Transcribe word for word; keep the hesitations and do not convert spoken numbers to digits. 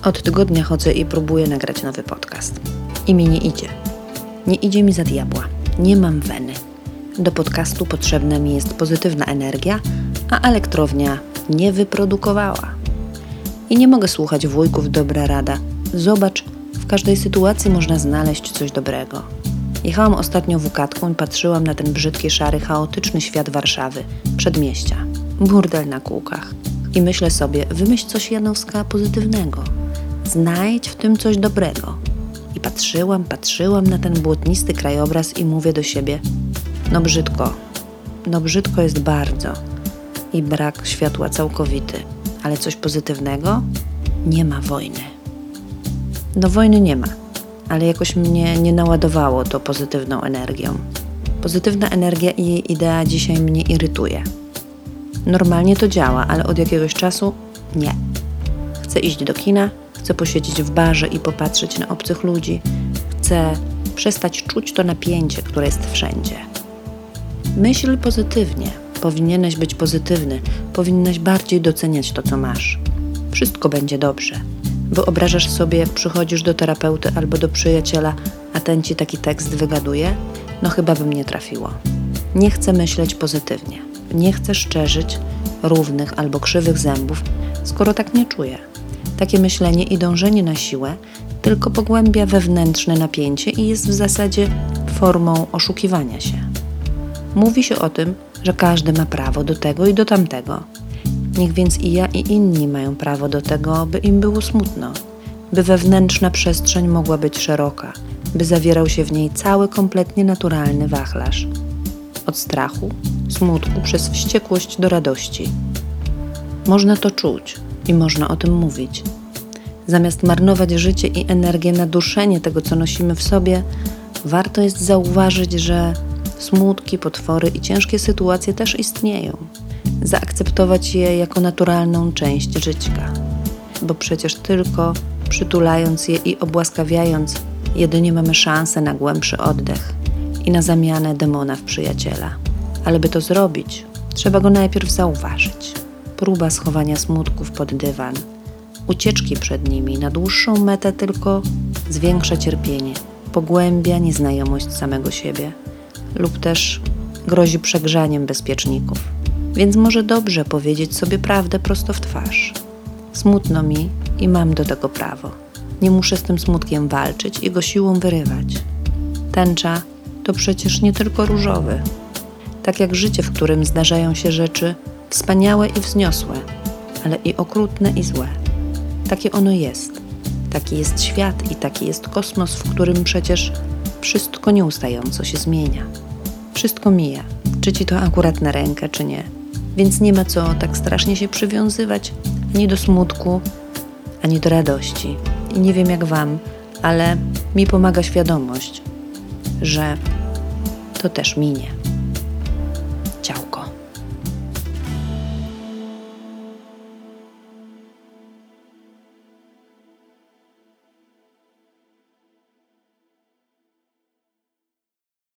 Od tygodnia chodzę i próbuję nagrać nowy podcast. I mi nie idzie. Nie idzie mi za diabła. Nie mam weny. Do podcastu potrzebna mi jest pozytywna energia, a elektrownia nie wyprodukowała. I nie mogę słuchać wujków dobra rada. Zobacz, w każdej sytuacji można znaleźć coś dobrego. Jechałam ostatnio wukatką i patrzyłam na ten brzydki, szary, chaotyczny świat Warszawy, przedmieścia, burdel na kółkach. I myślę sobie, wymyśl coś, Janowska, pozytywnego. Znajdź w tym coś dobrego. I patrzyłam, patrzyłam na ten błotnisty krajobraz i mówię do siebie, no brzydko, no brzydko jest bardzo. I brak światła całkowity. Ale coś pozytywnego? Nie ma wojny. No wojny nie ma, ale jakoś mnie nie naładowało to pozytywną energią. Pozytywna energia i jej idea dzisiaj mnie irytuje. Normalnie to działa, ale od jakiegoś czasu nie. Chcę iść do kina, chcę posiedzieć w barze i popatrzeć na obcych ludzi. Chcę przestać czuć to napięcie, które jest wszędzie. Myśl pozytywnie. Powinieneś być pozytywny. Powinnaś bardziej doceniać to, co masz. Wszystko będzie dobrze. Wyobrażasz sobie, jak przychodzisz do terapeuty albo do przyjaciela, a ten ci taki tekst wygaduje? No chyba by mnie trafiło. Nie chcę myśleć pozytywnie. Nie chcę szczerzyć równych albo krzywych zębów, skoro tak nie czuję. Takie myślenie i dążenie na siłę tylko pogłębia wewnętrzne napięcie i jest w zasadzie formą oszukiwania się. Mówi się o tym, że każdy ma prawo do tego i do tamtego. Niech więc i ja, i inni mają prawo do tego, by im było smutno, by wewnętrzna przestrzeń mogła być szeroka, by zawierał się w niej cały kompletnie naturalny wachlarz. Od strachu, smutku, przez wściekłość do radości. Można to czuć i można o tym mówić. Zamiast marnować życie i energię na duszenie tego, co nosimy w sobie, warto jest zauważyć, że smutki, potwory i ciężkie sytuacje też istnieją. Zaakceptować je jako naturalną część życia. Bo przecież tylko przytulając je i obłaskawiając, jedynie mamy szansę na głębszy oddech i na zamianę demona w przyjaciela. Ale by to zrobić, trzeba go najpierw zauważyć. Próba schowania smutków pod dywan, ucieczki przed nimi na dłuższą metę tylko zwiększa cierpienie, pogłębia nieznajomość samego siebie lub też grozi przegrzaniem bezpieczników. Więc może dobrze powiedzieć sobie prawdę prosto w twarz. Smutno mi i mam do tego prawo. Nie muszę z tym smutkiem walczyć i go siłą wyrywać. Tęcza to przecież nie tylko różowy. Tak jak życie, w którym zdarzają się rzeczy wspaniałe i wzniosłe, ale i okrutne i złe. Takie ono jest. Taki jest świat i taki jest kosmos, w którym przecież wszystko nieustająco się zmienia. Wszystko mija, czy ci to akurat na rękę, czy nie. Więc nie ma co tak strasznie się przywiązywać ani do smutku, ani do radości. I nie wiem jak wam, ale mi pomaga świadomość, że to też minie.